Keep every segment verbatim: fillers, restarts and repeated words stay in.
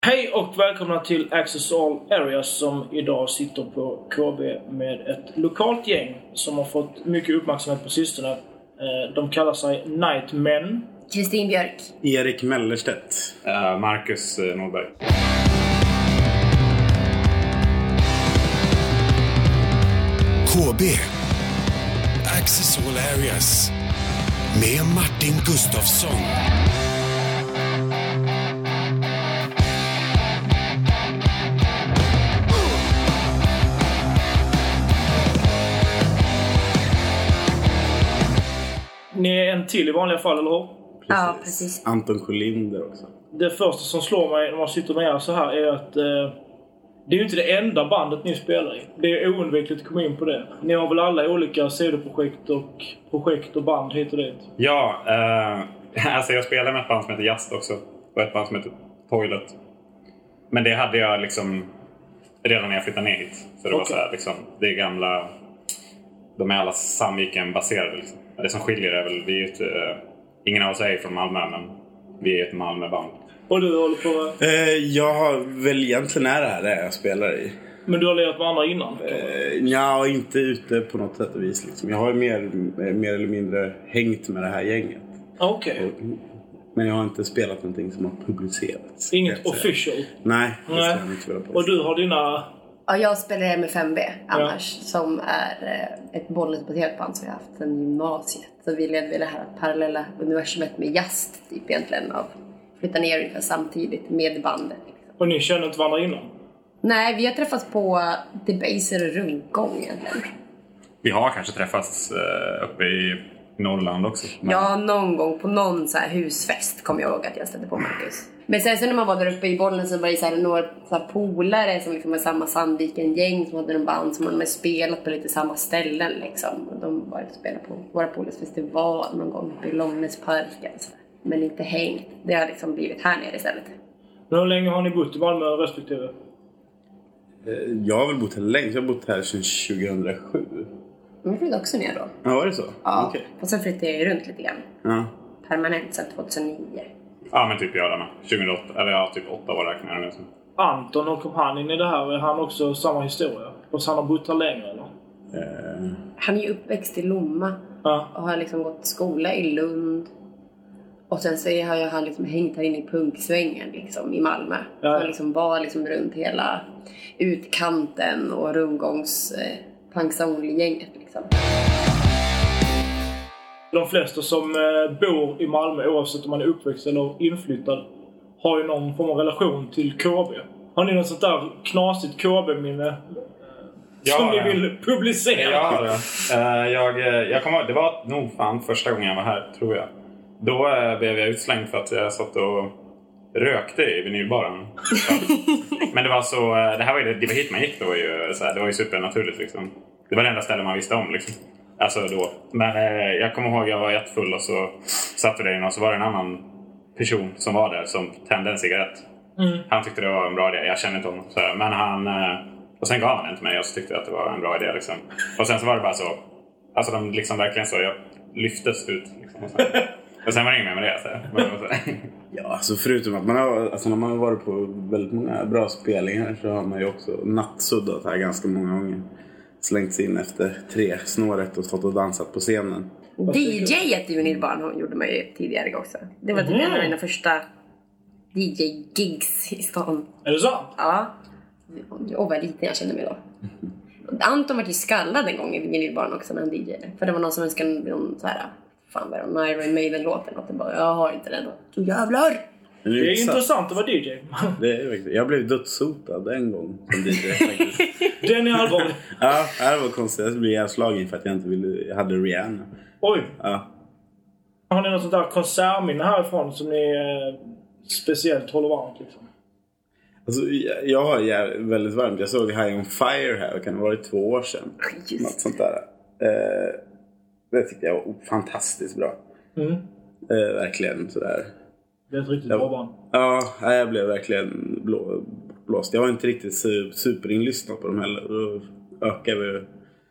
Hej och välkomna till Access All Areas som idag sitter på K B med ett lokalt gäng som har fått mycket uppmärksamhet på sistone. De kallar sig Nightmen. Kristin Björk. Erik Mellerstedt. Uh, Marcus uh, Norberg. K B Access All Areas med Martin Gustafsson. Ni är en till i vanliga fall, eller hur? Precis. Ja, precis. Anton Kolinder också. Det första som slår mig när man sitter med er så här är att eh, det är ju inte det enda bandet ni spelar i. Det är oundvikligt att komma in på det. Ni har väl alla olika sidoprojekt och projekt och band hit och dit? Ja, eh, alltså jag spelar med ett band som heter Just också. Och ett band som heter Toilet. Men det hade jag liksom redan när jag flyttade ner hit. Så det okay. var så här, liksom, det är gamla... De är alla Sandviken baserade liksom. Det som skiljer är väl, vi är ett, uh, ingen av oss är från Malmö, men vi är ett Malmöband. Och du håller på med? Eh, jag har väl egentligen är det här det jag spelar i. Men du har legat med andra innan? Eh, ja, inte ute på något sätt och vis liksom. Jag har mer, mer eller mindre hängt med det här gänget. Okej. Okay. Men jag har inte spelat någonting som har publicerats. Inget official? Nej, det Nej. ska jag inte spela på. Och du har dina... Ja, jag spelar M F M B annars, ja. Som är ett Bollnäsbaserat band som vi har haft sedan gymnasiet. Så vi ledde det här parallella universumet med Just typ egentligen av flytta ner ungefär samtidigt med bandet. Liksom. Och ni känner inte varandra innan? Nej, vi har träffats på Debaser och rundgång egentligen. Vi har kanske träffats uh, uppe i Norrland också. Men... Ja, någon gång på någon så här husfest kommer jag ihåg att jag stötte på Marcus. Men sen så när man var där uppe i Bollnäs så var det så här några så här polare som liksom var samma Sandviken-gäng som hade en band som hade spelat på lite samma ställen liksom. Och de var och spelade på våra polers festival någon gång uppe i Långnäsparken. Men inte hängt. Det har liksom blivit här nere istället. Men hur länge har ni bott i Malmö respektive? Jag har väl bott här länge. Jag har bott här sedan tjugohundrasju. Men flyttade också ner då. Ja, var det så? Ja, okay. Och sen flyttade jag runt lite grann. Ja. Permanent sedan tjugohundranio. Ja, men typ jag där med. tjugohundraåtta, eller ja, typ åtta år räknar jag nu. Anton, hur kom han in i det här? Är han också samma historia? Och så han har bott här längre, eller? Uh. Han är ju uppväxt i Lomma. Ja. Och har liksom gått skola i Lund. Och sen så har jag han liksom hängt här inne i punksvängen liksom, i Malmö. Ja. Så liksom var liksom runt hela utkanten och rundgångs eh, punksonly-gänget liksom. De flesta som eh, bor i Malmö, oavsett om man är uppväxt eller inflyttad, har ju någon form av relation till K B. Har ni något sånt där knasigt K B-minne ja, som ja. ni vill publicera? Ja, ja. Uh, jag, jag kommer, det var nog fan första gången jag var här, tror jag. Då uh, blev jag utslängd för att jag satt och rökte i vinylbaren. Men det var så, uh, det här var ju det var hit man gick då ju, så här, det var ju supernaturligt liksom. Det var det enda stället man visste om liksom. Alltså då. Men eh, jag kommer ihåg jag var jättefull och så satt vi där inne och så var det en annan person som var där som tände en cigarett. Mm. Han tyckte det var en bra idé. Jag kände inte honom. Så, men han... Eh, och sen gav han den till mig och så tyckte jag att det var en bra idé liksom. Och sen så var det bara så... Alltså de liksom verkligen så... Jag lyftes ut liksom. Och sen, och sen var det inget mer med det. Så, men, så. Ja, alltså förutom att man har... Alltså när man har varit på väldigt många bra spelningar så har man ju också nattsuddat här ganska många gånger. Slängts in efter tre snåret och stått och dansat på scenen. D J-et i vinylbarn gjorde man ju tidigare också. Det var typ mm. en av mina första D J-gigs i stan. Är det så? Ja. Och vad liten jag kände mig då. Anton var ju skallad en gång i vinylbarn också när han D J:ade. För det var någon som önskade någon så här... Fan vad är det? Iron Maiden-låten. Och det bara, jag har inte den. Så jävlar! Det är, det är intressant att vara D J. Det är verkligen. Jag blev dödshotad en gång som D J faktiskt. Den är allvarlig. Ja, det var konstigt. Jag blev slagen för att jag inte ville, jag hade Rihanna. Oj. Ja. Har ni något sånt där konsertminne härifrån som ni eh, speciellt håller varmt liksom? Alltså, jag, jag har ja, väldigt varmt. Jag såg High on Fire här. Det kan ha varit två år sedan. Just. Något sånt där. Eh, det tyckte jag var fantastiskt bra. Mm. Eh, verkligen sådär. Det är ett riktigt bra band. Ja, jag blev verkligen blå, blåst. Jag var inte riktigt superinlyssnad på dem heller. Då ökar vi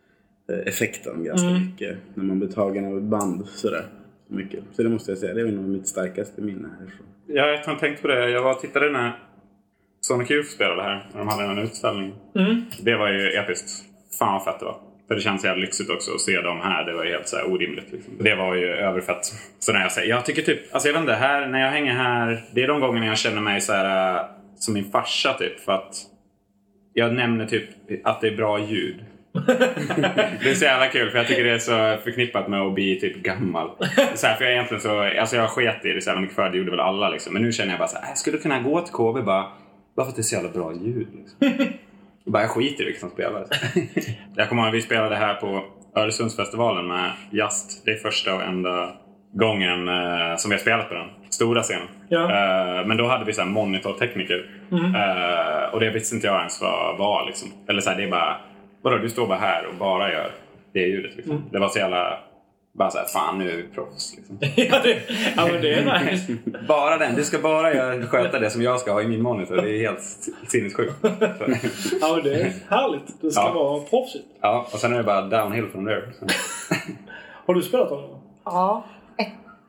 effekten ganska mm. mycket när man blir tagen av ett band sådär mycket. Så det måste jag säga, det är nog mitt starkaste minne härifrån. Ja, jag har tänkt på det. Jag var och tittade när Sonic Youth spelade här när de hade en utställning. Mm. Det var ju episkt. Fan vad fett det var. För det känns jävligt lyxigt också att se dem här. Det var ju helt så här orimligt liksom. Det var ju överfett. Så när jag säger, jag tycker typ, alltså jag vet inte, här, när jag hänger här, det är de gångerna jag känner mig så här äh, som min farsa typ. För att jag nämner typ att det är bra ljud. Det är så jävla kul för jag tycker det är så förknippat med att bli typ gammal. Så här, för jag egentligen så, alltså jag sket i det så jävla mycket för det gjorde väl alla liksom. Men nu känner jag bara så här, jag skulle kunna gå till K B bara, bara för att det är så jävla bra ljud liksom. Bara jag skiter i vilka som spelar. Jag kommer ihåg att vi spelade här på Öresundsfestivalen med Just. Det är första och enda gången eh, som vi har spelat på den stora scenen. Ja. Eh, men då hade vi så här monitortekniker. Mm. Eh, och det visste inte jag ens vad var liksom. Eller så här, det är bara, vadå, du står bara här och bara gör det ljudet liksom. Mm. Det var så jävla, bara så här, fan nu är vi proffs liksom. Ja, det, ja men det är nice. Bara den, du ska bara göra, sköta det som jag ska ha i min monitor. Det är helt sinnessjukt. Ja men det är härligt. Det ska ja. vara proffsigt. Ja, och sen är det bara downhill från där. Har du spelat honom? Ja, ett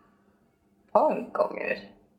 par gånger.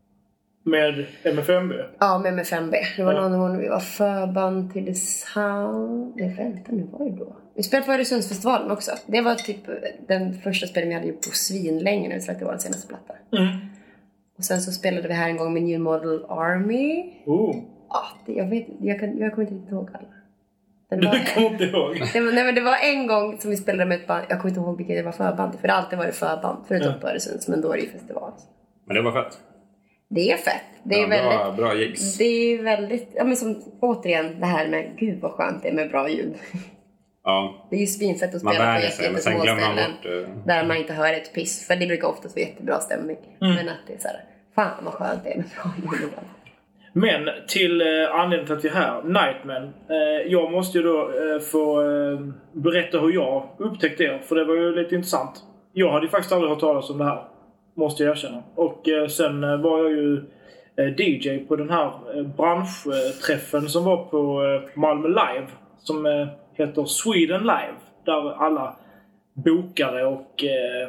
Med M F M B? Ja, med M F M B. Det var ja. någon gång vi var förband till Sound. Nej, vänta nu, var det då? Vi spelade på Öresundsfestivalen också. Det var typ den första spelen vi hade ju på svin länge nu. Så det var den senaste platta. Mm. Och sen så spelade vi här en gång med New Model Army. Oh. Ja, det, jag vet jag, kan, jag kommer inte riktigt ihåg alla. Den du var, kommer inte ihåg? Det var, nej, men det var en gång som vi spelade med ett band. Jag kommer inte ihåg vilket det var förband. För det alltid var det förband. Förutom ja. på Öresunds. Men då är det ju festival. Men det var fett. Det är fett. Det är ja, väldigt, bra, bra gigs. Det är väldigt, ja men som återigen det här med, gud vad skönt det är med bra ljud. Ja. Det är ju svinfett att spela på jättesmå ställen bort, där man inte hör ett piss. För det brukar oftast vara jättebra stämning. Mm. Men att det är så här, fan vad skönt det är med bra ljud. Men till eh, anledningen till att vi är här, Nightman. Eh, jag måste ju då eh, få eh, berätta hur jag upptäckte er. För det var ju lite intressant. Jag hade ju faktiskt aldrig hört talas om det här. Måste jag erkänna. Och eh, sen eh, var jag ju eh, D J på den här eh, branschträffen som var på eh, Malmö Live. Som eh, heter Sweden Live. Där alla bokare och eh,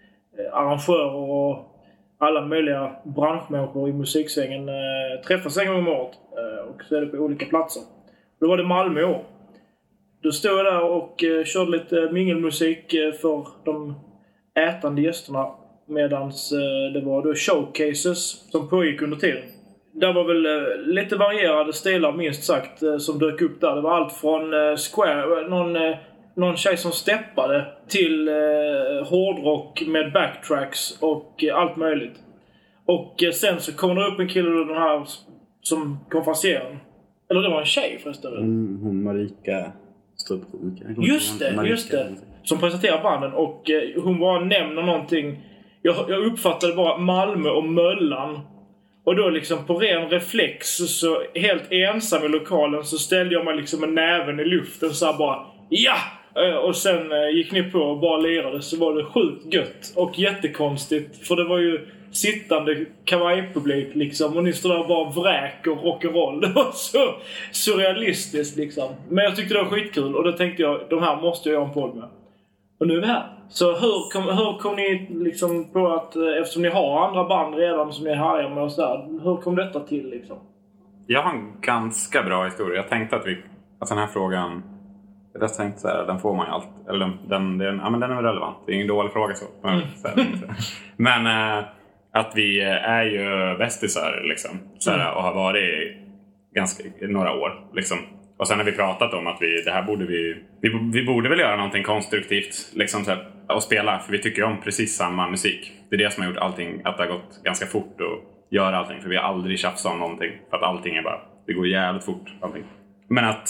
arrangörer och alla möjliga branschmänniskor i musiksvängen eh, träffas en gång om året. Eh, och så är det på olika platser. Då var det Malmö i år. Då stod jag där och eh, körde lite mingelmusik eh, för de ätande gästerna. Medans eh, det var då showcases som pågick under tiden. Det var väl eh, lite varierade stilar minst sagt eh, som dök upp där. Det var allt från eh, Square, någon, eh, någon tjej som steppade till eh, hårdrock med backtracks och eh, allt möjligt. Och eh, sen så kommer det upp en kille då, den här som konferenserade. Eller det var en tjej förresten. Mm, hon Marika Stupkomiker. Just det, Marika. just det. Som presenterar banden och eh, hon bara nämner någonting. Jag, jag uppfattade bara Malmö och Möllan. Och då liksom på ren reflex så helt ensam i lokalen så ställde jag mig liksom med näven i luften så här bara ja! Och sen gick ni på och bara lirade så var det sjukt gött och jättekonstigt. För det var ju sittande kavajpublik liksom och ni stod där och bara vräk och rock'n'roll. Det var så surrealistiskt liksom. Men jag tyckte det var skitkul och då tänkte jag de här måste jag göra en podd med. Och nu är vi här. Så hur kom, hur kom ni liksom på att, eftersom ni har andra band redan som ni härjar med och sådär, hur kom detta till liksom? Jag har en ganska bra historia. Jag tänkte att vi, att den här frågan, jag tänkte så här, den får man ju allt. Eller den, den, den, ja, men den är relevant. Det är ingen dålig fråga så. Men, mm. så här, men äh, att vi är ju bästisar liksom. Så här, mm. och har varit ganska några år liksom. Och sen har vi pratat om att vi, det här borde vi, vi, vi borde väl göra någonting konstruktivt liksom så här, och spela. För vi tycker om precis samma musik. Det är det som har gjort allting, att det har gått ganska fort att göra allting. För vi har aldrig tjafsat om någonting. För att allting är bara, det går jävligt fort allting. Men att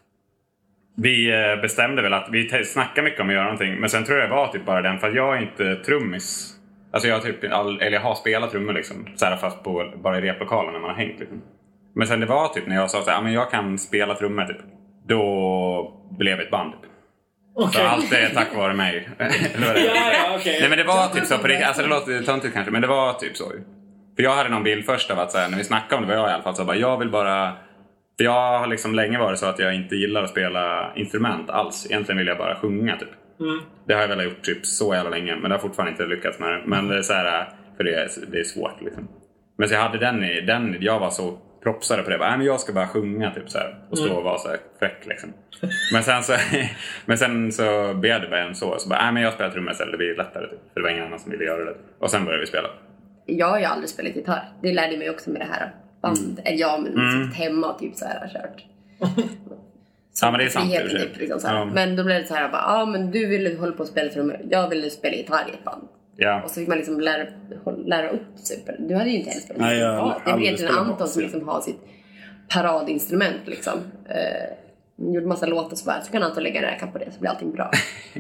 vi bestämde väl att vi snackar mycket om att göra någonting. Men sen tror jag det var typ bara den, för att jag är inte trummis. Alltså jag har typ, eller jag har spelat trummor liksom. Så här, fast på, bara i replokalen när man har hängt liksom. Men sen det var typ när jag sa så här, men jag kan spela trummor typ. Då blev ett band typ. Okay. Så allt är tack vare mig. ja, ja, okay. Nej men det var typ så på det, alltså det låter töntigt kanske, men det var typ så. För jag hade någon bild först av att så här, när vi snackade om det var jag i alla fall så bara, jag vill bara, för jag har liksom länge varit så att jag inte gillar att spela instrument alls. Egentligen vill jag bara sjunga typ. Mm. Det har jag väl gjort typ så jävla länge, men det har fortfarande inte lyckats med det. Men det är så här, för det är, det är svårt liksom. Men så jag hade den i, den, jag var så propsade på det. Bara, nej, men jag ska bara sjunga typ så här, och stå och vara så här fräck liksom. Men sen så, men sen så började vi en så. Så bara, nej, men jag spelar trummor istället. Det blir lättare typ. För det var ingen annan som ville göra det. Och sen började vi spela. Jag har ju aldrig spelat gitarr. Det lärde mig också med det här band. Mm. Eller jag, men mm. hemma och typ så här har kört. Ja, men det är sant. Typ, liksom, så här. Ja. Men då blev det så här, ja ah, men du ville hålla på att spela trummor. Jag ville spela gitarr i ett band. Ja. Och så fick man liksom lära, lära upp super. Du hade ju inte ens spelat. Nej, jag ja, det blev egentligen Anton som liksom har sitt paradinstrument liksom. Uh, gjorde massa låtar så bara, så kan Anton lägga en räkna på det så blir allting bra.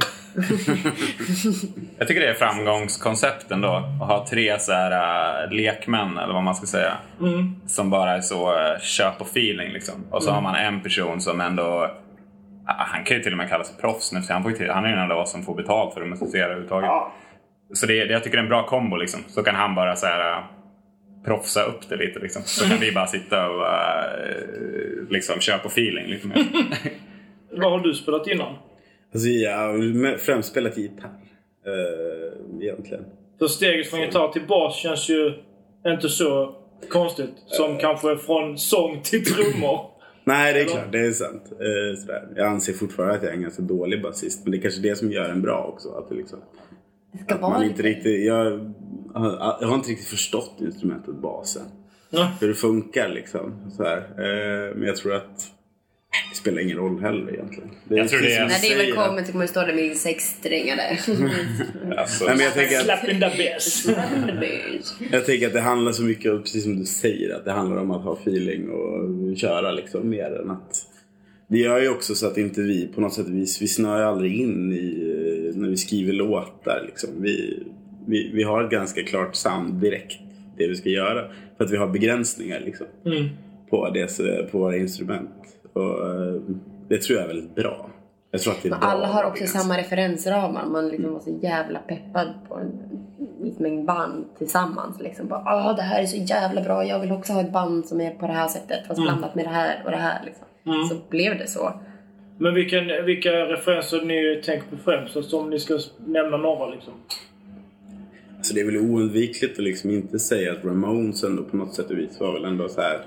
Jag tycker det är framgångskoncepten då. Att ha tre så här uh, lekmän eller vad man ska säga. Mm. Som bara är så uh, köp och feeling liksom. Och så mm. har man en person som ändå uh, han kan ju till och med kalla sig proffs nu. Han, får till, han är ju den enda som får betalt för att musicera överhuvudtaget. Ja. Så det, det, jag tycker det är en bra kombo liksom. Så kan han bara så här uh, proffsa upp det lite liksom. Så kan vi bara sitta och uh, liksom köpa feeling lite mer. Vad har du spelat innan? Alltså jag har främst spelat gitarr uh, egentligen. Så steget från gitarr till bas känns ju inte så konstigt som uh, kanske från sång till trummor. Nej, det är klart, det är sant. Uh, sådär. Jag anser fortfarande att jag är en ganska dålig basist. Men det är kanske det som gör en bra också. Att det liksom, det ska vara man inte riktigt, jag, jag har inte riktigt förstått instrumentet basen. Ja. Hur det funkar liksom. Så här. Uh, men jag tror att det spelar ingen roll heller egentligen. Det är jag tror det är... När det väl kommer så kommer det stå där med sexsträngare. Alltså, Nej, men jag tänker att... Slap in the bass. Jag tänker att det handlar så mycket om, precis som du säger, att det handlar om att ha feeling och köra liksom mer än att... Det gör ju också så att inte vi på något sätt, vi, vi snör aldrig in i när vi skriver låtar liksom. Vi, vi, vi har ett ganska klart sound direkt, det vi ska göra. För att vi har begränsningar liksom. Mm. På, det, på våra instrument. Och det tror jag är väldigt bra. Jag tror att det är men bra. Alla har också samma referensramar. Man liksom var så jävla peppad på en mängd band tillsammans. Liksom bara, ah, det här är så jävla bra. Jag vill också ha ett band som är på det här sättet. Fast mm. blandat med det här och det här. Liksom. Mm. Så blev det så. Men vilken, vilka referenser ni tänker på främst? Alltså om ni ska nämna några liksom. Alltså det är väl oundvikligt att liksom inte säga att Ramones ändå på något sätt och vis var väl ändå så här...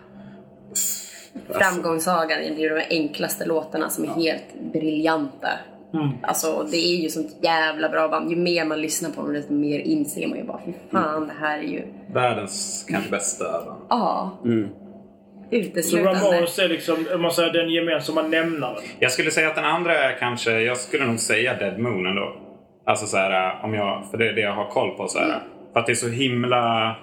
Framgångssagan är ju de enklaste låtarna som är ja. helt briljanta. Mm. Alltså det är ju sånt jävla bra band. Ju mer man lyssnar på dem desto mer inser man ju bara, fy fan, mm. det här är ju världens kanske bästa band. Ja. Mm. Uteslutande. Så Ramones är liksom, man säger, den gemensamma nämnaren. Jag skulle säga att den andra är kanske, jag skulle nog säga Dead Moon ändå. Alltså så här, om jag, för det är det jag har koll på så här. Mm. För att det är så himla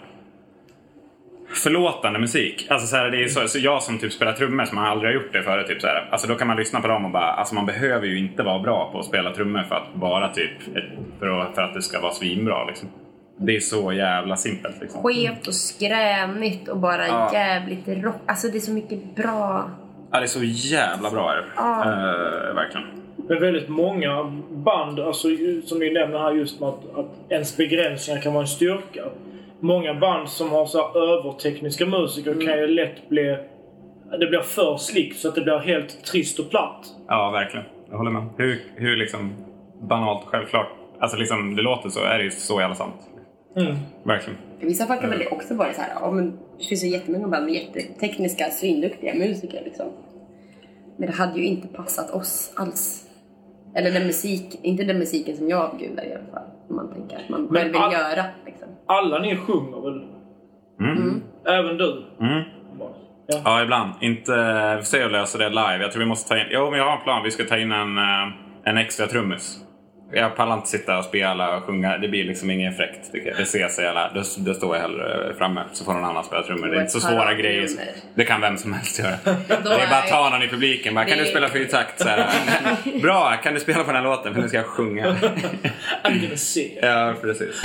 förlåtande musik. Alltså så här, det är så, så jag som typ spelar trummor som man aldrig har gjort det förut typ så här. Alltså då kan man lyssna på dem och bara, alltså man behöver ju inte vara bra på att spela trummor för att vara typ för att, för att det ska vara svinbra liksom. Det är så jävla simpelt liksom. Skevt och skränigt och bara ja. jävligt rock. Alltså det är så mycket bra. Ja, det är så jävla bra är det. Ja. Uh, verkligen. Det är väldigt många band, alltså, som ni nämner här, just med att, att ens begränsningar kan vara en styrka. Många band som har så här övertekniska musiker mm. kan ju lätt bli, det blir för slick så att det blir helt trist och platt. Ja, verkligen. Jag håller med. Hur, hur liksom banalt självklart, alltså liksom det låter så, är det ju så jävla sant. Mm. Verkligen. I vissa fall kan väl det också vara så här, ja, men det finns ju jättemånga band med jättetekniska, svinduktiga musiker liksom. Men det hade ju inte passat oss alls. Eller den musik, inte den musiken som jag avgudar i alla fall. Om man tänker att man själv vill all, göra liksom. Alla ni sjunger väl? Mm. Mm. Även du? Mm. Ja. ja, ibland. Inte, vi får se och lösa det live. Jag tror vi måste ta in, jo men jag har en plan. Vi ska ta in en, en extra trummis. Jag pallar inte sitta och spela och sjunga. Det blir liksom ingen effekt tycker jag. Det ser sig alla. Då, då står jag hellre framme. Så får någon annan spela trummor. Det är inte så svåra grejer. Det kan vem som helst göra. Det är bara att ta någon i publiken. Bara, kan du spela fyrtakt? Så här. Bra, kan du spela på den här låten? För nu ska jag sjunga. I'm gonna see. Ja, precis.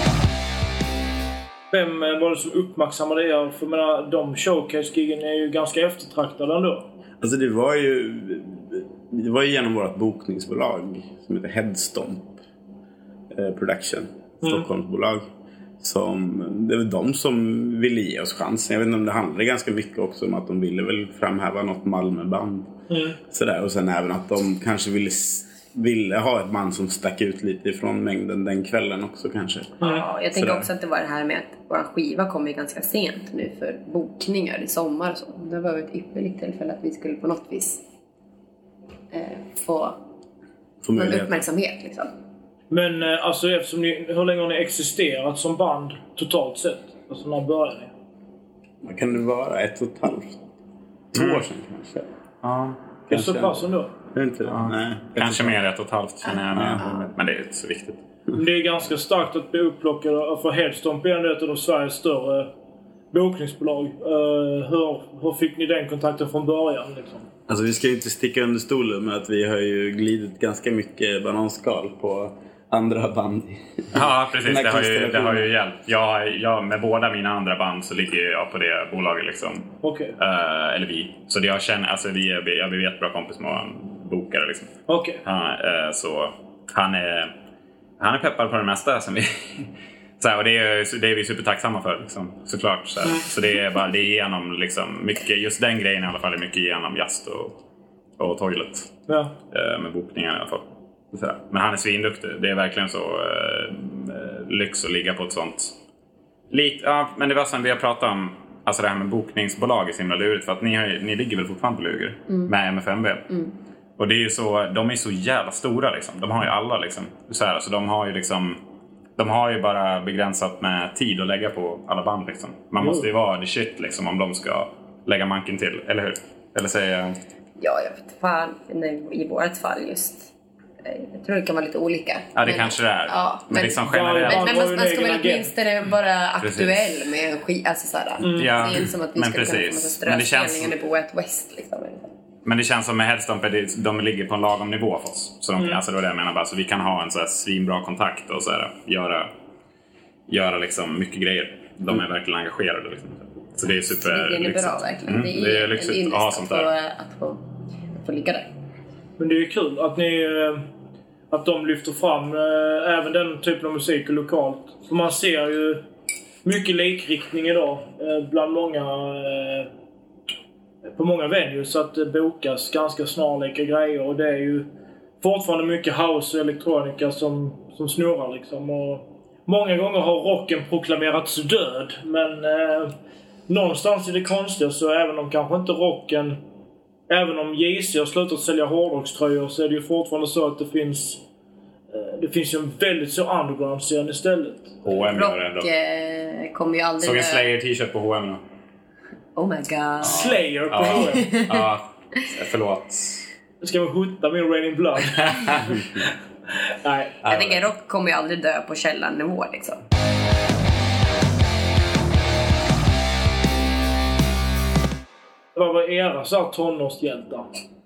Vem var det som uppmärksammade er? För menar, de showcase-gigen är ju ganska eftertraktade ändå. Alltså det var ju... Det var genom vårt bokningsbolag som heter Headstomp eh, Production, Stockholmsbolag. Mm. Som, det var de som ville ge oss chansen. Jag vet inte om det handlade ganska mycket också om att de ville väl framhäva något Malmöband. Mm. Sådär. Och sen även att de kanske ville ville ha ett band som stack ut lite ifrån mängden den kvällen också kanske. Mm. Ja, jag tänker Sådär. också att det var det här med att vår skiva kommer ganska sent nu för bokningar i sommar och så. Det var ett ypperligt tillfälle att vi skulle på något vis eh, få Få någon möjlighet. uppmärksamhet liksom. Men eh, alltså eftersom ni, hur länge har ni existerat som band totalt sett? Alltså när började ni? Vad kan det vara? Ett och ett halvt? Två Mm. år sedan kanske? Ja. Det är så pass ändå. Är det inte det? Ja. Nej. Kanske mer ett och ett halvt känner jag med. Men det är inte så viktigt. Det är ganska starkt att bli upplockad för Headstomp är ändå ett av de Sveriges större bokningsbolag. Uh, hur, hur fick ni den kontakten från början liksom? Alltså vi ska ju inte sticka under stolen med att vi har ju glidit ganska mycket bananskal på andra band. Ja, precis. Den Det här har, ju, det har ju konstellationen. hjälpt. Jag, jag, med båda mina andra band så ligger jag på det bolaget liksom. Okej. Eh, eller vi. Så det jag känner, alltså vi är, jag är jättebra kompis med en bokare liksom. Okej. Ja, eh, så han är, han är peppad på det mesta som vi... Så här, och det är, det är vi supertacksamma för liksom, såklart. Så, här. Så det är bara det är genom liksom, mycket, just den grejen i alla fall är mycket genom Just och, och Toilet. Ja. Eh, med bokningar i alla fall. Så här. Men han är svinduktig. Det är verkligen så eh, lyx att ligga på ett sånt. Lite, ja, men det var som vi har pratat om. Alltså det här med bokningsbolag är så himla lurigt. För att ni, har, ni ligger väl fortfarande på Luger mm. med M F M B. Mm. Och det är ju så, de är så jävla stora liksom. De har ju alla liksom. Så här, alltså de har ju liksom... De har ju bara begränsat med tid att lägga på alla band liksom. Man måste ju vara the shit liksom om de ska lägga manken till, eller hur? Eller säga... Ja, jag vet fan. I vårt fall just. Jag tror det kan vara lite olika. Ja, det men, kanske det är. Ja, men, men liksom Ja, generellt. Men, men man, har ju man ska en väl egen åtminstone vara Precis. aktuell med en skit. Alltså såhär. Mm. Ja, det är inte som att vi men skulle kunna få precis. massa Men det känns- ströspelningar på ett West liksom. Men det känns som med Headstomp att det- de ligger på en lagom nivå för oss. Så de, alltså det var det jag menar bara. Så vi kan ha en så här svinbra kontakt och så här, göra, göra liksom mycket grejer. De är verkligen engagerade liksom. Så det är super Det är lyxigt. bra verkligen. Mm, Det är, det är en lyxigt ynnest att ha att, sånt få, där. att, få, att få ligga där. Men det är ju kul att ni... eh, Att de lyfter fram eh, även den typen av musik lokalt. För man ser ju mycket likriktning idag eh, bland många... Eh, på många venues att det bokas ganska snarlika grejer. Och det är ju fortfarande mycket house och elektronika som, som snurrar liksom. Och många gånger har rocken proklamerats död. Men eh, någonstans är det konstiga så även om kanske inte rocken... Även om J C har slutat sälja hårdrockströjor så är det ju fortfarande så att det finns... eh, Det finns ju en väldigt så underground-scen istället. H och M gör det ändå. Rock eh, kommer ju aldrig... Såg en Slayer t-shirt på H och M nu. Oh my god. Slayer på Ja. H och M. Ja, förlåt. Ska vi skjuta min Raining Blood? Nej. Jag tänker rock kommer ju aldrig dö på källarnivå liksom. Vad var era så här tonårshjältar?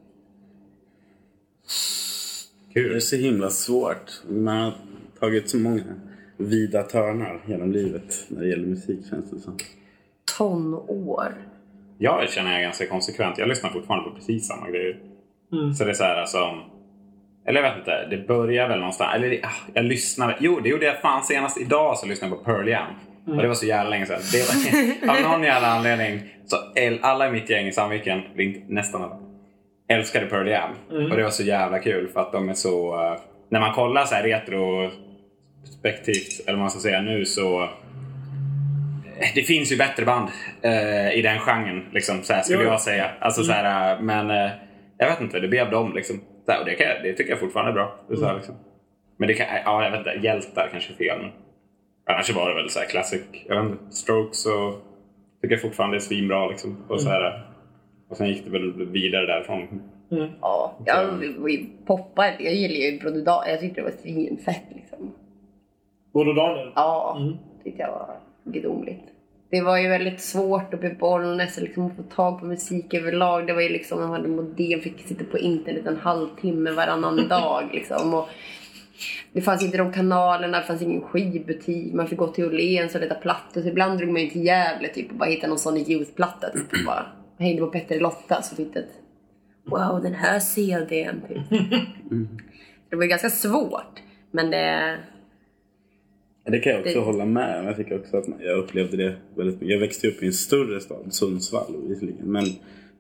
Det är Kul. så himla svårt. Man har tagit så många vida törnar genom livet när det gäller musik känns det som. Tonår. Jag känner jag ganska konsekvent. Jag lyssnar fortfarande på precis samma grejer. Mm. Så det är så här som... Eller jag vet inte, det börjar väl någonstans. Eller ah, jag lyssnar... Jo, det gjorde jag fan senast idag så lyssnade jag på Pearl Jam. Mm. Och det var så jävla länge sedan. Det var, av någon jävla anledning så el, alla i mitt gäng i Sandviken, nästan alla, älskade Pearl Jam. Mm. Och det var så jävla kul för att de är så... Uh, när man kollar så här retrospektivt, eller vad man ska säga nu så... Det finns ju bättre band uh, i den genren, liksom, så här skulle jo. jag säga. Alltså, mm. så här, uh, men uh, jag vet inte, det blev dem liksom. Så här, och det, kan, det tycker jag fortfarande är bra. Det är så här, liksom. Men det kan, ja, jag vet inte, hjältar kanske är fel. Men annars var det väl så här classic, jag vet inte, Strokes och tycker jag fortfarande är svinbra liksom. Och, så här, och sen gick det väl vidare därifrån. Mm. Ja, jag vi poppar. Jag gillar ju Broder Daniel. Jag tyckte det var svinfett liksom. Broder Daniel? Ja, mm. tyckte jag var gudomligt. Det var ju väldigt svårt uppe i Bollnäs liksom, att få tag på musik överlag. Det var ju liksom, man hade modem, fick sitta på internet en halvtimme varannan dag liksom. Och det fanns inte de kanalerna, det fanns ingen skivbutik. Man fick gå till Åhléns och leta plattor. Så ibland drog man ju till Gävle typ, och bara hitta någon sån Youth-platta. Typ, och bara hängde på Petter Lotta så fick det wow, den här C D:n typ. Mm. Det var ju ganska svårt. Men det... Det kan jag också det... hålla med. Jag tycker också att jag upplevde det väldigt mycket. Jag växte upp i en större stad, Sundsvall visserligen. Men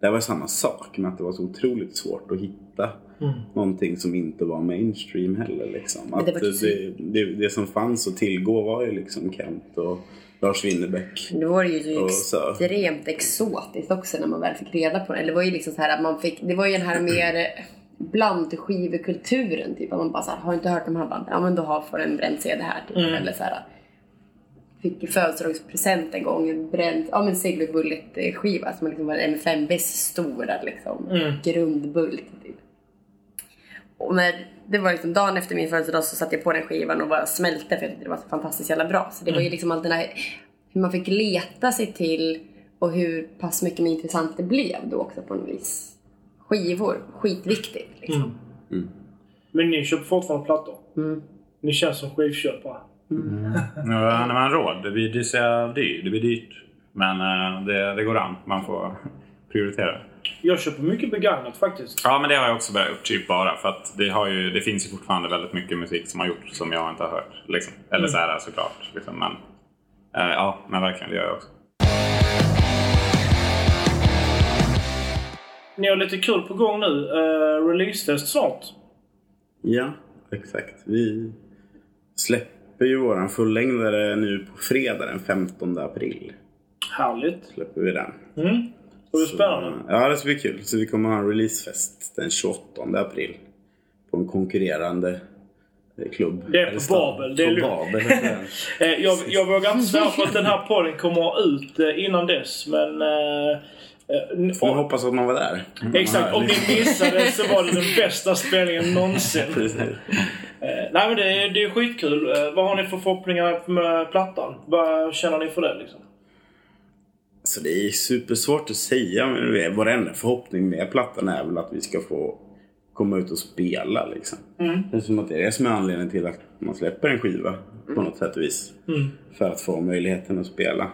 det var samma sak med att det var så otroligt svårt att hitta mm. någonting som inte var mainstream heller liksom. Att det, det, det, det som fanns att tillgå var ju liksom Kent och Lars Winnerbäck. Det var ju så extremt exotiskt också när man väl fick reda på det. Eller det var ju liksom så här att man fick, det var ju den här mer blandskivekulturen typ. Att man bara så här, har inte hört de här banden? Ja men då har får en bränd C D här typ. Mm. Eller så här, fick födelsedagspresent en gång en bränd, ja men Sigrid Bullet skiva som liksom var en M fem B:s stora liksom mm. grundbult typ. Och när det var liksom dagen efter min födelsedag så satte jag på den skivan och bara smälte för jag tyckte det var så fantastiskt jävla bra. Så det mm. var ju liksom allt den här hur man fick leta sig till och hur pass mycket mer intressant det blev då också på en vis. Skivor, skitviktigt liksom. Mm. Mm. Men ni köper fortfarande plattor? Mm. Ni känns som skivköpare. Mm. Ja, när man råd, det blir, det ser dyrt, det blir dyrt. Men det, det går an, man får prioritera. Jag köper mycket begagnat faktiskt. Ja, men det har jag också börjat upp typ bara. För att det, har ju, det finns ju fortfarande väldigt mycket musik som har gjort som jag inte har hört liksom. Eller mm. så är det såklart liksom. Men, äh, ja, men verkligen, det gör jag också. Ni har lite kul på gång nu. uh, Releasefest snart. Ja, exakt. Vi släpper ju våran fullängdare nu på fredag den femtonde april. Härligt. Släpper vi den. Mm. Och det är spännande. Ja, det ska bli kul. Så vi kommer ha en releasefest den tjugoåttonde april. På en konkurrerande klubb. Det är på Babel. Det är Babel. jag, jag vågar inte säga för att den här podden kommer ut innan dess. Men... Uh, Får man hoppas att man var där. Exakt, om ni missade så var det den bästa spelningen någonsin. Nej men det är, det är skitkul. Vad har ni för förhoppningar med plattan? Vad känner ni för det liksom? Så det är supersvårt att säga. Men vår enda förhoppning med plattan är väl att vi ska få komma ut och spela liksom. Mm. Det är som att det är det som är anledningen till att man släpper en skiva på något sätt och vis. Mm. För att få möjligheten att spela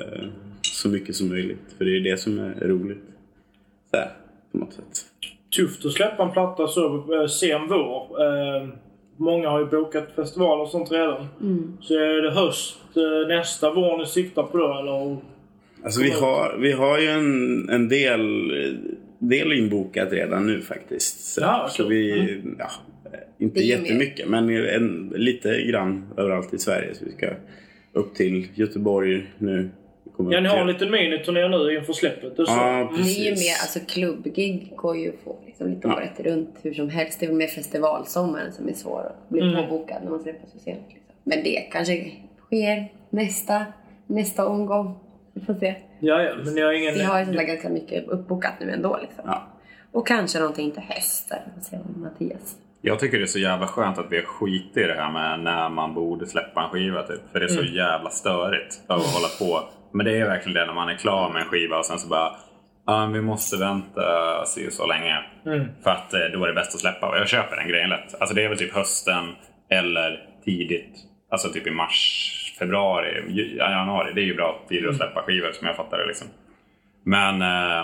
så mycket som möjligt. För det är det som är roligt. Så här, på något sätt. Tufft att släppa en platta så sen vår. Eh, många har ju bokat festivaler och sånt redan. Mm. Så är det höst eh, nästa vår ni siktar på då? Eller? Alltså vi har, vi har ju en, en del, del inbokat redan nu faktiskt. Så, ja, så vi, mm. ja, inte jättemycket men en, lite grann överallt i Sverige. Så vi ska upp till Göteborg nu. Ja, ni har en liten miniturné nu inför släppet. Ja, det är ju mer, alltså klubbgig går ju få liksom lite året ja. runt hur som helst. Det är väl mer festivalsommaren som är svår att bli mm. påbokad när man släpper så sent. Liksom. Men det kanske sker nästa, nästa omgång. Vi får se. Ja, ja, men jag har ingen... Vi har ju sådär ganska mycket uppbokat nu ändå liksom. Ja. Och kanske någonting till hösten. Vi får se om Mattias. Jag tycker det är så jävla skönt att vi är skit i det här med när man borde släppa en skiva typ. För det är så mm. jävla störigt att hålla på. Men det är verkligen det när man är klar med en skiva och sen så bara ja, vi måste vänta så, så länge mm. för att då är det bäst att släppa. Och jag köper den grejen lätt. Alltså det är väl typ hösten eller tidigt, alltså typ i mars, februari, januari. Det är ju bra tider att släppa skivor som jag fattar det liksom. Men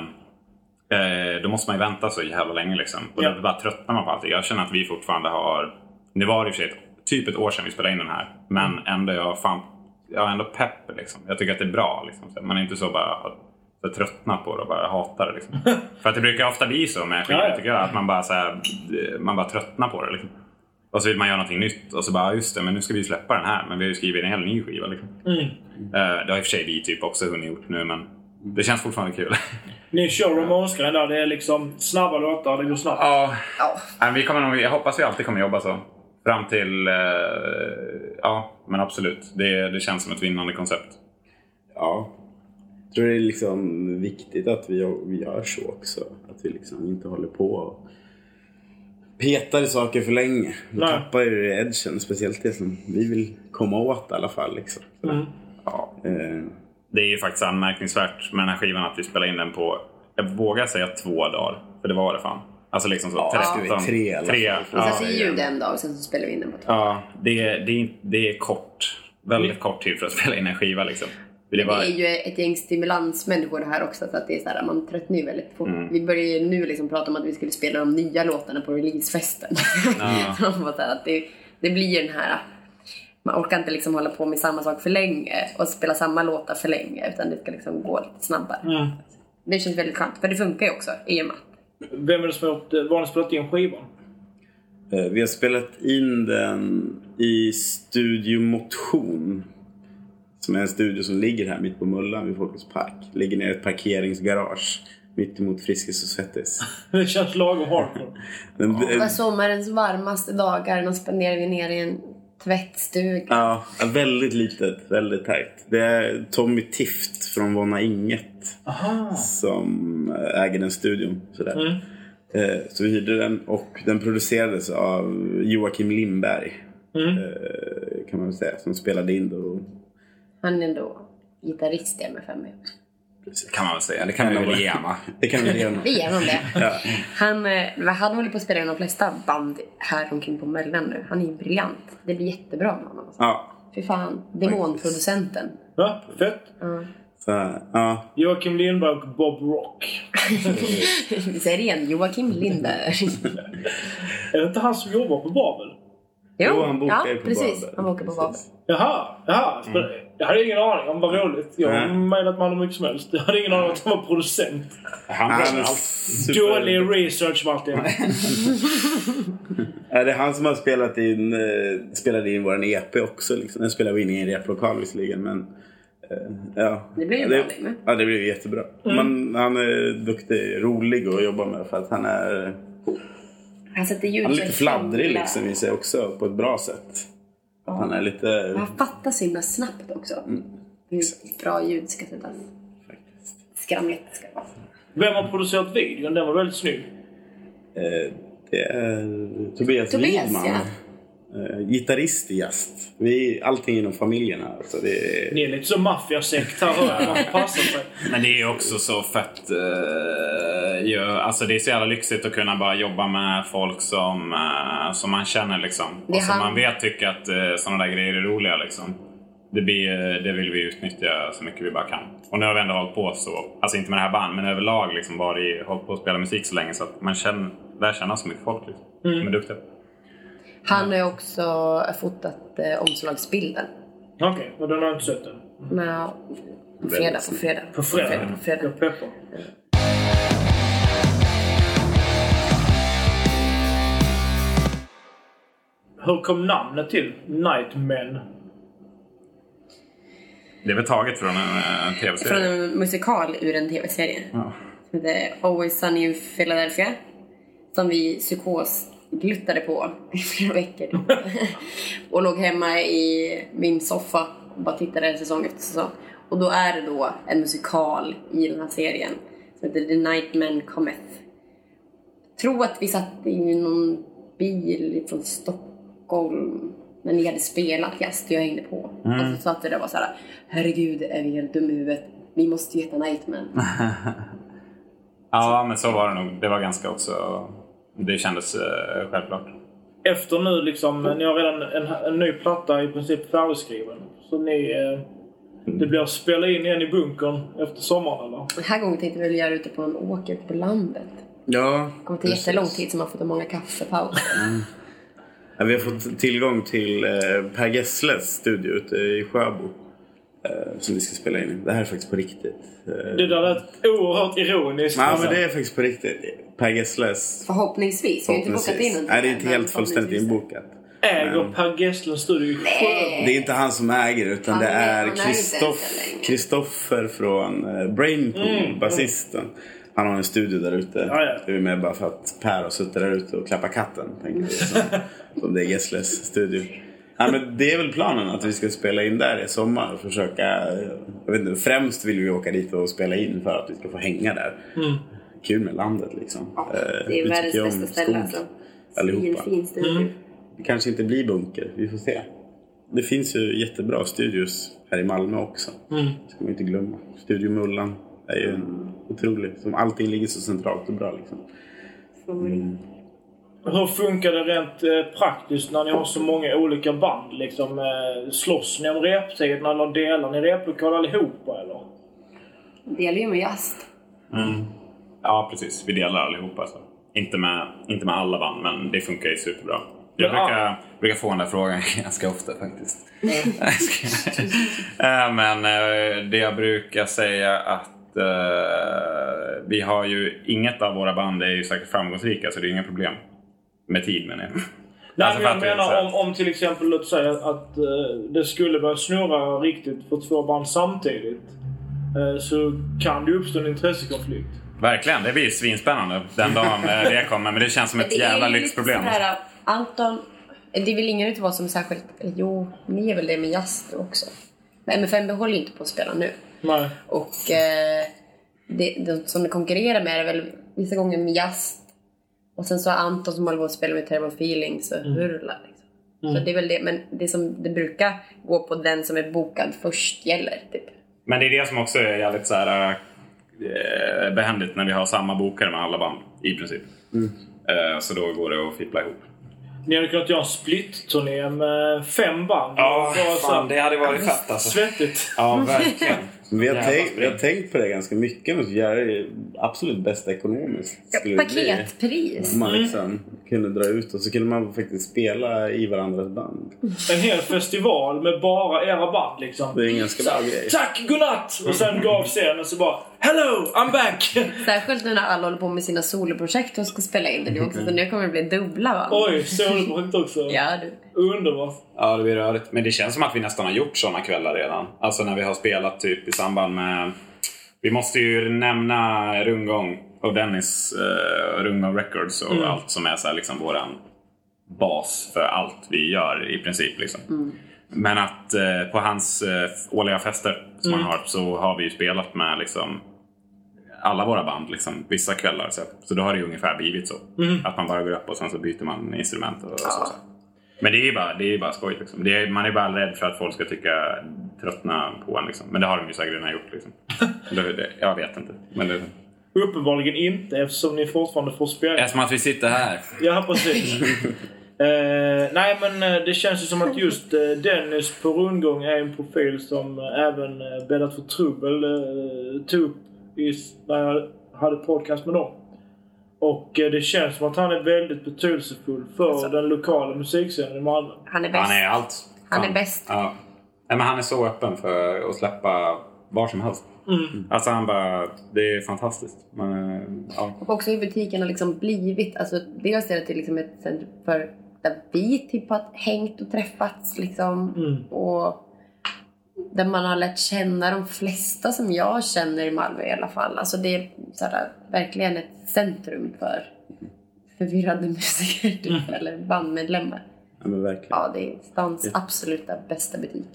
eh, då måste man ju vänta så jävla länge liksom. Och ja. Då bara tröttnar man på allt. Jag känner att vi fortfarande har, det var i och för sig ett, typ ett år sedan vi spelade in den här. Men ändå jag fan jag är ändå pepp liksom. Jag tycker att det är bra liksom. Man är inte så bara så tröttnat på det och bara hatar det liksom. För att det brukar ofta bli så med skivor, tycker jag. Att man bara, så här, man bara tröttnar på det liksom. Och så vill man göra någonting nytt. Och så bara, just det, men nu ska vi släppa den här. Men vi har ju skrivit en hel ny skiva liksom. Mm. Uh, det har i och för sig vi typ också hunnit gjort nu. Men det känns fortfarande kul. Ni kör Ramones-grejen där. Det är liksom snabba låtar. Det går snabbt. Ja, ja. Vi kommer nog, jag hoppas vi alltid kommer jobba så. Fram till, uh, ja, men absolut. Det, det känns som ett vinnande koncept. Ja. Jag tror det är liksom viktigt att vi, vi gör så också. Att vi liksom inte håller på och petar i saker för länge. Vi Nej. tappar ju edgen, speciellt det som vi vill komma åt i alla fall. Liksom. Mm. Ja. Eh. Det är ju faktiskt anmärkningsvärt med den här skivan att vi spelar in den på, jag vågar säga två dagar. För det var det fan. Alltså liksom så, ja, tretton, tre. tre ja. Vi satte ljud en dag och sen så spelar vi in den på två. Ja, det är, det är, det är kort. Väldigt mm. kort tid för att spela in en skiva liksom. Det, var... det är ju ett gäng stimulansmänniskor här också. Så att det är så här, man tröttnar ju väldigt fort. Mm. Vi börjar ju nu liksom prata om att vi skulle spela de nya låtarna på releasefesten. Ja. Så så att det, det blir ju den här, man orkar inte liksom hålla på med samma sak för länge och spela samma låtar för länge, utan det ska liksom gå lite snabbare. Mm. Det känns väldigt skönt, för det funkar ju också i och med. Vem är det som har gjort det? Var har ni spelat in skivan? Vi har spelat in den i Studio Motion, som är en studio som ligger här mitt på Mullan vid Folkets park. Ligger ner i ett parkeringsgarage mitt emot Friskis och Svettis. Det känns lagom hardcore. Men, Det var sommarens varmaste dagar. De spenderade vi ner i en tvättstuga. ja, väldigt litet, väldigt tajt. Det är Tommy Tift från Vonna Inget Aha. som äger den studion. Sådär. Mm. Eh, så vi hyrde den och den producerades av Joakim Lindberg. Mm. Eh, kan man väl säga, som spelade in då. Han är ändå gitarrist i M F M. Kan man väl säga. Det kan man väl ge honom. Det kan vi göra. Vi ger honom det. Ja. Han, eh, han håller på att spela i de flesta band här omkring på Möllan nu. Han är ju briljant. Det blir jättebra med honom. Ja. Fy fan, demonproducenten. Ja, fett. Ja. Så, ja. Joakim Lindberg och Bob Rock. Vi säger det igen, Joakim Lindberg. Är det inte han som jobbar på Babel? Jo, han bokar ja, ju på precis. Babel. Han bokar på Babel. Jaha, jaha. Mm. Jag hade ingen aning om vad roligt. Jag har Mm. mejlat med honom mycket som helst. Jag hade ingen aning om att han var producent. Han Han var är allt. super... Dålig research, Martin. Ja, det är han som har spelat in, eh, spelade in våran E P också. Liksom. Den spelade vi in i en replokal visserligen, men eh, ja. Det blir ju det, bra det med. Ja, det blir jättebra. Mm. Men han är duktig, rolig att jobba med för att han är, Han sätter ljud. han är lite fladdrig liksom i sig också på ett bra sätt. Ja. Han är lite... Han fattar så himla snabbt också. Mm. Hur bra ljud ska sättas. Skramligt ska det vara. Vem har producerat videon? Den var väldigt snygg. Eh, det är Tobias, Tobias, Lidman. ja. Eh, gitarrist i Jast. Vi allting inom familjerna. Alltså det är... Ni är lite som maffiasekt här. hör Man passar sig. Men det är ju också så fett. Uh, ju, alltså det är så jävla lyxigt att kunna bara jobba med folk som, uh, som man känner liksom. Det Och som han- man vet tycker att uh, sådana där grejer är roliga liksom. Det, blir, det vill vi utnyttja så mycket vi bara kan. Och nu har vi ändå hållit på så. Alltså inte med det här band, men överlag liksom bara i, hållit på att spela musik så länge. Så att man känner, lär känna så mycket folk liksom. Mm. De är duktiga. Han har ju också fotat eh, omslagsbilden. Okej, okay, och den har jag inte sett än. Men, på fredag, på fredag. På fredag? På fredag. Jag peppar. Hur kom namnet till? Nightmen? Det är väl taget från en uh, Från tv-serie. en musikal ur en tv-serie. Ja. Som heter Always Sunny in Philadelphia. Som vi psykosgluttade på i flera veckor. Och låg hemma i min soffa och bara tittade säsong efter säsong. Och då är det då en musikal i den här serien som heter The Nightman Cometh. Tror att vi satt i någon bil från Stockholm när ni hade spelat Jast och jag hängde på. Mm. Och så satt vi där och bara såhär: herregud, är vi helt dum i huvudet? Vi måste ju heta Nightman. Ja, men så var det nog. Det var ganska också... Det kändes uh, självklart. Efter nu liksom, ni har redan en, en ny platta i princip färdigskriven. Så ni, eh, det blir att spela in igen i bunkern efter sommaren eller? Den här gången tänkte vi väl göra det ute på en åker ute på landet. Ja, Det kommer till precis. jättelång tid som man får ta många kaffepauser. Ja, vi har fått tillgång till eh, Per Gessles studio ute i Sjöbo. Eh, som vi ska spela in i. Det här är faktiskt på riktigt. Eh, Det där lät oerhört ironiskt. Ja, men det är faktiskt på riktigt. Per Gessles. Förhoppningsvis. Vi har inte bokat in någonting. Nej, det är inte men helt fullständigt förhoppningsvis. inbokat. Äger Per Gesslen studio i Sjöbo? Det är inte han som äger, utan Han det är- är han är inte Kristoff, ensam längre. Kristoffer från eh, Brainpool, Mm, basisten. Han har en studio där ute. Ja, ja. Det är med bara för att Per har suttit där ute och klappat katten. Tänker vi, som, som det är Gessles studio. Ja, men det är väl planen att vi ska spela in där i sommar och försöka, jag vet inte, främst vill vi åka dit och spela in för att vi ska få hänga där. Mm. Kul med landet liksom. Ja, Eh, det är vi världens tycker om bästa ställe skog, alltså. allihopa. Fin, fin studio. Mm. Det kanske inte blir bunker, vi får se. Det finns ju jättebra studios här i Malmö också. Mm. Det ska man inte glömma. Studio Mullan är ju en otrolig, som allting ligger så centralt och bra liksom. Mm. Hur funkar det rent eh, praktiskt när ni har så många olika band? Liksom, eh, slåss ni om reptiden eller delar ni replokal allihopa eller? Delar ju med Jast. Mm. Ja, precis. Vi delar allihopa. Alltså. Inte, med, inte med alla band, men det funkar ju superbra. Jag Ja. brukar, brukar få den där frågan ganska ofta faktiskt. Äh, men äh, det jag brukar säga att att uh, vi har ju inget av våra band är ju säkert framgångsrika, så det är inga problem med tid, men Nej, alltså, men jag menar om, om till exempel, låt säga att uh, det skulle börja snurra riktigt för två band samtidigt, uh, så kan det uppstå en intressekonflikt. Verkligen, det blir svinspännande den dagen det kommer, men det känns som ett jävla lyxproblem. Det är här, Anton, det är väl ingen utav oss som är särskilt, jo, ni är väl det med jazz också. Men M F M B håller inte på att spela nu. Nej. Och eh, det, det som det konkurrerar med är väl vissa gånger med jazz. Och sen så har Anton som håller på att spela med Terrible Feelings och mm. hurla liksom. Mm. Så det är väl det, men det som det brukar gå på den som är bokad först gäller typ. Men det är det som också är jävligt så här äh, behändigt när vi har samma bokare med alla band i princip. Mm. Äh, så då går det att fippla ihop. Ni hade kunnat göra en split-turné med fem band. Ja, fan, det hade varit fett alltså. Svettigt. Ja, verkligen. Vi har, tänkt, vi har tänkt på det ganska mycket. Men göra det absolut bäst ekonomiskt. Ja, paketpris. Om man liksom mm. kunde dra ut och så kunde man faktiskt spela i varandras band. En hel festival med bara era band liksom. Det är en ganska bra grej. Tack, godnatt! Och sen gav scenen så bara hello, I'm back! Särskilt nu när alla håller på med sina soloprojekt och ska spela in det nu också. Så nu kommer det bli dubbla va? Oj, soloprojekt också. Ja, du. Underbart. Ja, det blir rörigt. Men det känns som att vi nästan har gjort sådana kvällar redan. Alltså när vi har spelat typ i samband med... Vi måste ju nämna Rundgång och Dennis uh, Rundgång Records och mm. allt som är så här, liksom våran bas för allt vi gör i princip liksom. Mm. Men att uh, på hans uh, årliga fester som mm. han har, så har vi ju spelat med liksom alla våra band liksom, vissa kvällar så, så då har det ju ungefär blivit så mm. att man bara går upp och sen så byter man instrument och, och så, så. Men det är ju bara, det är bara skoj liksom. Det är, man är bara rädd för att folk ska tycka tröttna på en liksom. Men det har de ju säkert redan gjort liksom. det, det, jag vet inte. Men det... Uppenbarligen inte, eftersom ni fortfarande får spela. Eftersom att vi sitter här. Ja, precis. eh, nej, men det känns ju som att just eh, Dennis på Rundgång är en profil som eh, även eh, bäddat för trubbel eh, tog upp när jag hade podcast med dem. Och eh, det känns som att han är väldigt betydelsefull för alltså, den lokala musikscenen i Malmö. Han är bäst. Han är allt. Han, han är bäst. Ja. Nej, men han är så öppen för att släppa var som helst. Mm. Alltså han bara, det är fantastiskt. Men, ja. Och också i butiken har liksom blivit, alltså dels är det till liksom ett centrum för där vi typ har hängt och träffats liksom. Mm. Och där man har lärt känna de flesta som jag känner i Malmö i alla fall. Alltså det är så här, verkligen ett centrum för förvirrade musiker typ, mm. eller bandmedlemmar. Ja, men verkligen. Ja, det är stans ja. absoluta bästa butik.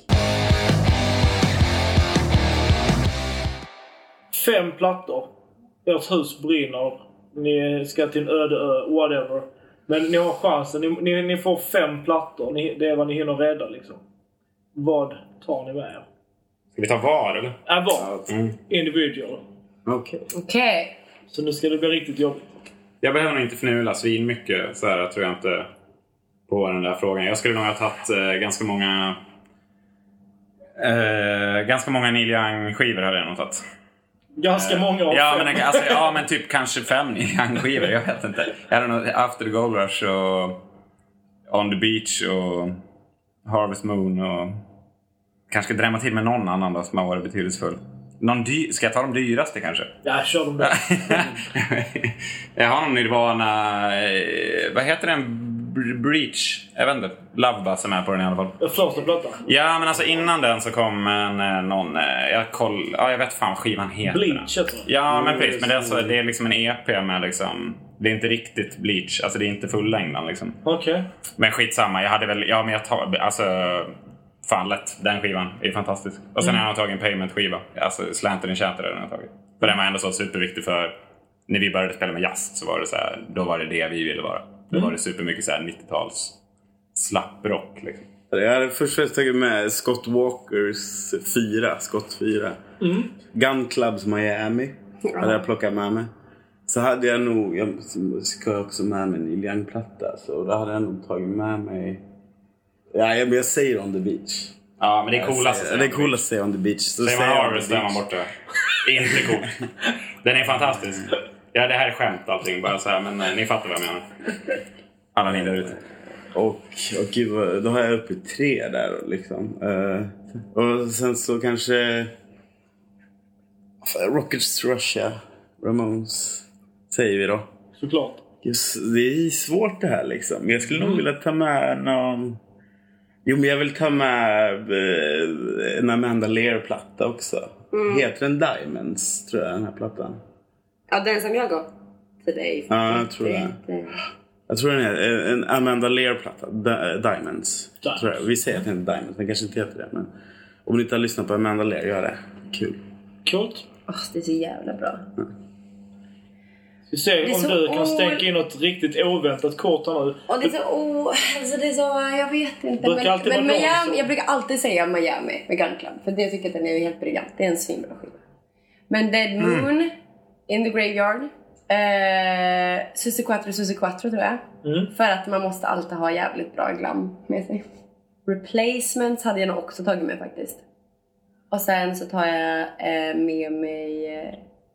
Fem plattor. Ert hus brinner. Ni ska till en öde ö, whatever. Men ni har chansen. Ni, ni, ni får fem plattor. Ni, det är vad ni hinner rädda liksom. Vad tar ni med er? Ska vi ta var eller? Ja, var. Mm. Individual. Okej. Okay. Okej. Okay. Så nu ska det bli riktigt jobbigt. Jag behöver nog inte fnula svin mycket. Så här tror jag inte på den där frågan. Jag skulle nog ha tagit eh, ganska många... Eh, ganska många Neil Young-skivor har jag nog tagit. Ganska eh, många av ja, men, alltså, ja, men typ kanske fem Neil Young-skivor. Jag vet inte. Jag hade nog After the Gold Rush och On the Beach och Harvest Moon och kanske drämma till med någon annan då, som har varit betydelsefull. Någon dy- Ska jag ta de dyraste kanske? Ja, kör de där. Jag har någon Nirvana... Eh, vad heter den? Breach? Jag vet inte. Love Buzz som är på den i alla fall. Första plattan. Ja, men alltså innan den så kom en, någon... Jag koll... Ja, jag vet fan skivan heter. Bleach alltså. Ja, men precis. Men det är, alltså, det är liksom en E P med liksom... Det är inte riktigt Bleach. Alltså det är inte fullängden liksom. Okej. Okay. Men skitsamma. Jag hade väl... Ja, men jag tar... Alltså... Fan lätt. Den skivan är fantastisk. Och sen mm. har jag tagit en Payment-skiva. Alltså Slanter Enchanter har jag tagit. För den var ändå så superviktig för... När vi började spela med jazz så var det så här... Då var det det vi ville vara. Då mm. var det supermycket så här nittio-tals slapprock liksom. Jag hade först och främst tagit med Scott Walkers fyra. Scott fyra. Mm. Gun Clubs Miami. Ja. Hade jag plockat med mig. Så hade jag nog... Jag ska också med mig en Neil Young-platta. Så då hade jag nog tagit med mig... Ja, jag, jag säger On the Beach. Ja, men det är coolast att säga. Det är coolast att säga On the Beach. Så säger man Harvest där man borta. Inte cool. Den är fantastisk. Ja, det här är skämt allting. Bara så här, men ni fattar vad jag menar. Alla ni där ute. Och, och gud, då har jag uppe tre där liksom. Uh, och sen så kanske... Rockets Russia, Ramones, säger vi då. Såklart. Just, det är svårt det här liksom. Jag skulle mm. nog vilja ta med någon... Jo, men jag vill ta med eh, en Amanda Lear-platta också. Mm. Heter den Diamonds, tror jag, den här plattan. Ja, den som jag gav till dig. Ja, jag tror det. det. Jag tror den är en Amanda Lear-platta. Diamonds. Diamonds. Tror jag. Vi säger att den heter Diamonds, den kanske inte heter det. Men om ni inte har lyssnat på Amanda Lear, gör det. Kul. Coolt. Oh, det är så jävla bra. Mm. Vi ser om du kan stänka in något riktigt oväntat kort här nu. Och det är så, oh, alltså det är så, jag vet inte. Men, men Miami, jag brukar alltid säga Miami med Gun Club. För det jag tycker att den är helt briljant. Det är en svinbra skiva. Men Dead Moon, mm. In the Graveyard, eh, Susie Quattro, Susie Quattro tror jag. Mm. För att man måste alltid ha jävligt bra glam med sig. Replacements hade jag nog också tagit med faktiskt. Och sen så tar jag eh, med mig... Eh,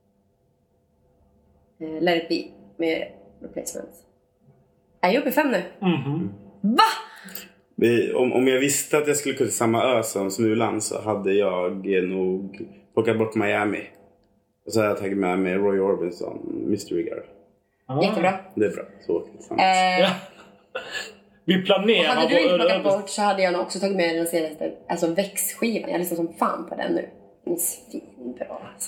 Let it be med Replacements. Är jag uppe i fem nu? Mm-hmm. Va? Om, om jag visste att jag skulle kunna till samma ö som Smulan så hade jag nog plockat bort Miami. Och så hade jag tagit med mig Roy Orbison, Mystery Girl. Ah. Jättebra. Det är bra, så tillsammans. Eh, ja. Vi planerar. Och hade du inte plockat bort så hade jag nog också tagit med den senaste, alltså växtskivan. Jag lyssnar som fan på den nu. Den är svinbra alltså.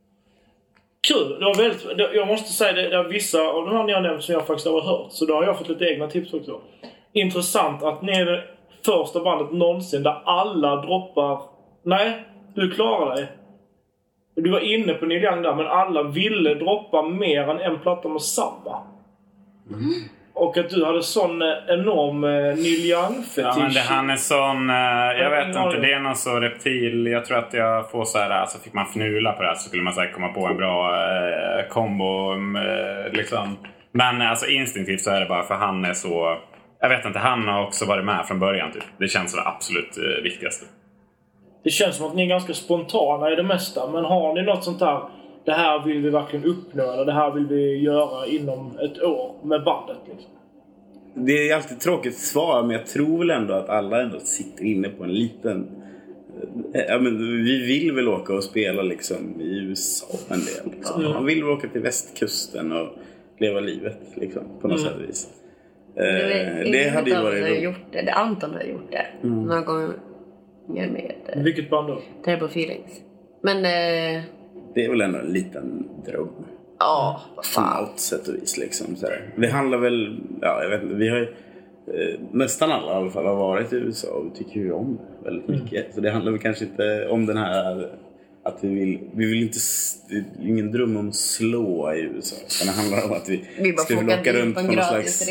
Kul, det var väldigt, jag måste säga det, det är vissa av de här ni har nämnt som jag faktiskt har hört. Så då har jag fått lite egna tips också. Intressant att ni är det första bandet någonsin där alla droppar. Nej, du klarar dig. Du var inne på Neil Young där, men alla ville droppa mer än en platta med samma. Mm. Och att du hade sån enorm Neil Young-fetisch. Ja, men det, han är sån... Jag vet inte, det är någon så reptil. Jag tror att jag får så här... Alltså fick man fnula på det här så skulle man så här komma på en bra eh, kombo. Eh, liksom. Men alltså instinktivt så är det bara för han är så... Jag vet inte, han har också varit med från början typ. Det känns som det absolut eh, viktigaste. Det känns som att ni är ganska spontana i det mesta. Men har ni något sånt här... Det här vill vi verkligen uppnå. Eller det här vill vi göra inom ett år med bandet liksom. Det är alltid tråkigt svar, men jag tror väl ändå att alla ändå sitter inne på en liten... Ja, men vi vill väl åka och spela liksom i U S A en del. Liksom. Mm. Man vill åka till västkusten och leva livet liksom, på något mm. sätt vis. Det, eh, det hade ju varit... Har gjort det. det. Anton har gjort det. Mm. Några gånger med... Eh, Vilket band då? Terrible Feelings. Men... Eh, det är väl ändå en liten dröm. Ja, vad fan. På allt sätt och vis liksom. Så här. Det handlar väl... Ja, jag vet inte. Vi har ju... Eh, nästan alla i alla fall har varit i U S A och vi tycker ju om det väldigt mycket. Mm. Så det handlar väl kanske inte om den här... Att vi vill... Vi vill inte... Det är ingen dröm om slå i U S A. Utan det handlar om att vi, vi ska åka runt på någon slags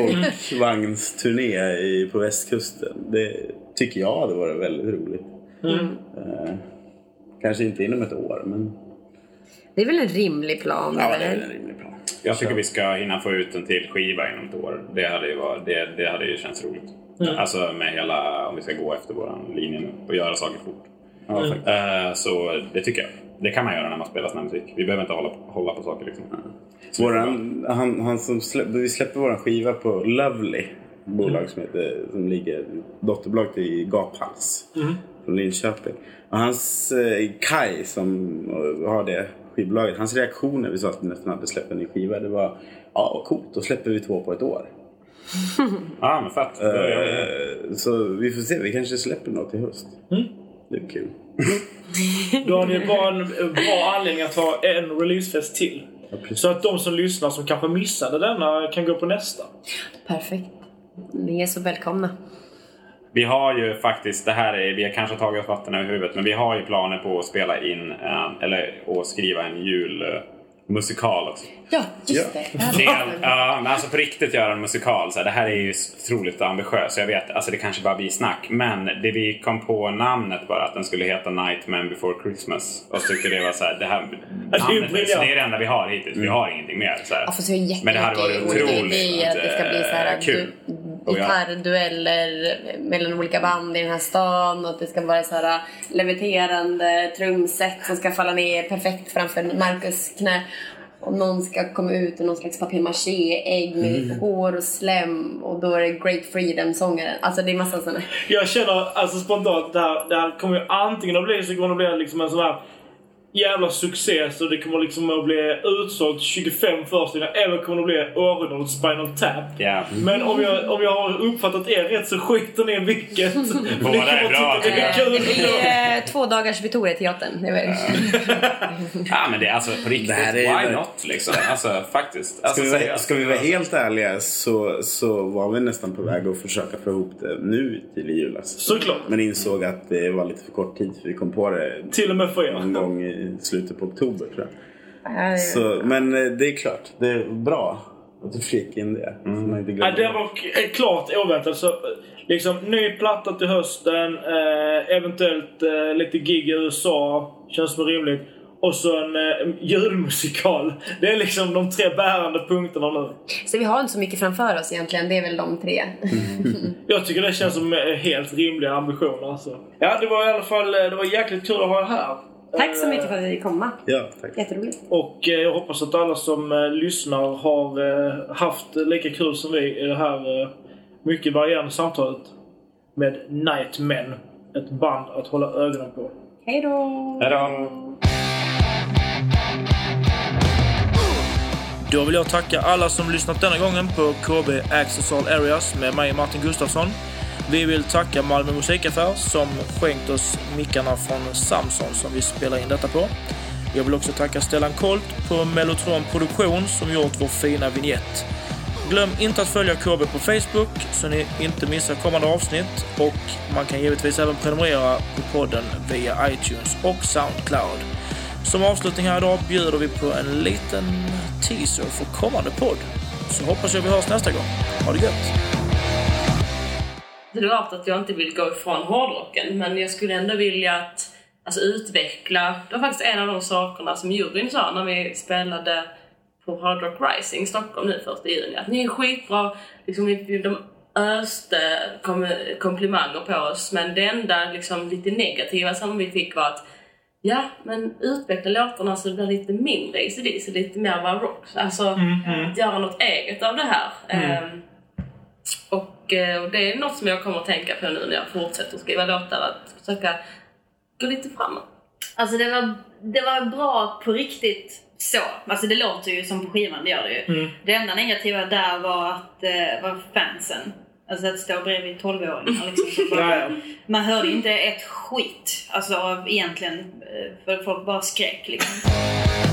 folkvagnsturné i, på västkusten. Det tycker jag hade varit väldigt roligt. Mm. Eh, kanske inte inom ett år, men... Det är väl en rimlig plan? Ja, eller? det är en rimlig plan. Jag tycker vi ska hinna få ut en till skiva inom ett år. Det hade ju, varit, det, det hade ju känts roligt. Mm. Alltså med hela, om vi ska gå efter våran linje nu och göra saker fort. Ja, mm. uh, så det tycker jag. Det kan man göra när man spelar sån musik. Vi behöver inte hålla, hålla på saker liksom. Mm. Våran, han, han som släpp, vi släpper våran skiva på Lovely, bolag mm. som heter, som ligger dotterbolag till Gaphals mm. från Linköping. Och hans eh, Kai som har det skivbolaget, hans reaktioner vi sa att vi nästan hade släppt en ny skiva, det var ja, coolt, då släpper vi två på ett år. Ja, men fett. Uh, så vi får se, vi kanske släpper något i höst. Mm. Det är kul. Då har ni bara en bra anledning att ha en releasefest till. Ja, så att de som lyssnar som kanske missade denna kan gå på nästa. Perfekt. Ni är så välkomna. Vi har ju faktiskt, det här är, vi har kanske tagit oss vatten över huvudet, men vi har ju planer på att spela in en, eller att skriva en julmusikal också. Ja, just det. det är, ja, men alltså på riktigt göra en musikal, så här, det här är ju otroligt ambitiöst. Jag vet, alltså det kanske bara blir snack, men det vi kom på namnet bara, att den skulle heta Nightman Before Christmas. Och så tyckte det var så här, det här namnet, det är det enda vi har hittills. Vi har ingenting mer så här. Ja, så är men det här var otroligt det, att det ska bli så här kul. Gitarrdueller mellan olika band i den här stan, och att det ska vara så här leviterande trumset som ska falla ner perfekt framför Marcus knä, och någon ska komma ut i någon slags papier-maché-ägg med mm. hår och slem, och då är det Great Freedom-sångaren. Alltså det är massa sådana. Jag känner alltså spontant det här, det här kommer ju antingen att bli så kommer det bli liksom en sån här jävla succé så det kommer liksom att bli utsålt tjugofem föreställningar eller kommer det bli århundradets Spinal Tap. Yeah. Men om jag, om jag har uppfattat er rätt så skiter ni vilket. För Båda är bra. Det är kul. Det blir två dagars Victoria-teatern. Det är väl... Ja, men det är alltså på riktigt. är Why väl- not liksom? Alltså faktiskt. Alltså, Ska vi, vara, seriöst. ska vi vara helt ärliga så, så var vi nästan på väg att försöka få ihop det nu till i julas. Såklart. Men insåg att det var lite för kort tid för vi kom på det Till och med för någon er. gång i slutet på oktober tror jag. Ja, Så, men eh, det är klart, det är bra att du fick in det. Mm. Så man inte Ja, glömmer. det var k- klart oväntat. Så, liksom, ny platta till hösten. Eh, eventuellt eh, lite gig i U S A. Känns som rimligt. Och så en eh, julmusikal. Det är liksom de tre bärande punkterna nu. Så vi har inte så mycket framför oss egentligen. Det är väl de tre. Jag tycker det känns som eh, helt rimliga ambitioner. Alltså. Ja, det var i alla fall det var jäkligt kul att ha er här. Tack så mycket för att ni kom. Ja, tack. Jätteroligt. Och eh, jag hoppas att alla som eh, lyssnar har eh, haft lika kul som vi i det här eh, mycket varierande samtalet med Nightmen. Ett band att hålla ögonen på. Hej då! Hej då. Då vill jag tacka alla som lyssnat denna gången på K B Access All Areas med mig Martin Gustafsson. Vi vill tacka Malmö Musikaffär som skänkt oss mickarna från Samson som vi spelar in detta på. Jag vill också tacka Stellan Colt på Mellotron Produktion som gjort vår fina vignett. Glöm inte att följa K B på Facebook så ni inte missar kommande avsnitt och man kan givetvis även prenumerera på podden via iTunes och Soundcloud. Som avslutning här idag bjuder vi på en liten teaser för kommande podd. Så hoppas jag vi hörs nästa gång. Ha det gött! Det är klart att jag inte vill gå ifrån hårdrocken, men jag skulle ändå vilja att alltså, utveckla. Det var faktiskt en av de sakerna som juryn sa när vi spelade på Hard Rock Rising i Stockholm nu första juni. Att ni är skitbra, liksom, de öste kom, komplimanger på oss, men det enda liksom, lite negativa som vi fick var att ja, men utveckla låtarna så det blir lite mindre A C D, så lite mer var rock. Alltså Mm-hmm. att göra något eget av det här. Mm. Um, och, eh, och det är något som jag kommer att tänka på nu när jag fortsätter skriva låtar. Att försöka gå lite framåt. Alltså det var, det var bra på riktigt så. Alltså det låter ju som på skivan, det gör det ju. Mm. Det enda negativa där var att eh, var fansen. Alltså att stå bredvid tolvåringar liksom. Så bara, Ja, ja. man hörde inte ett skit. Alltså av egentligen, eh, för folk bara skrek liksom.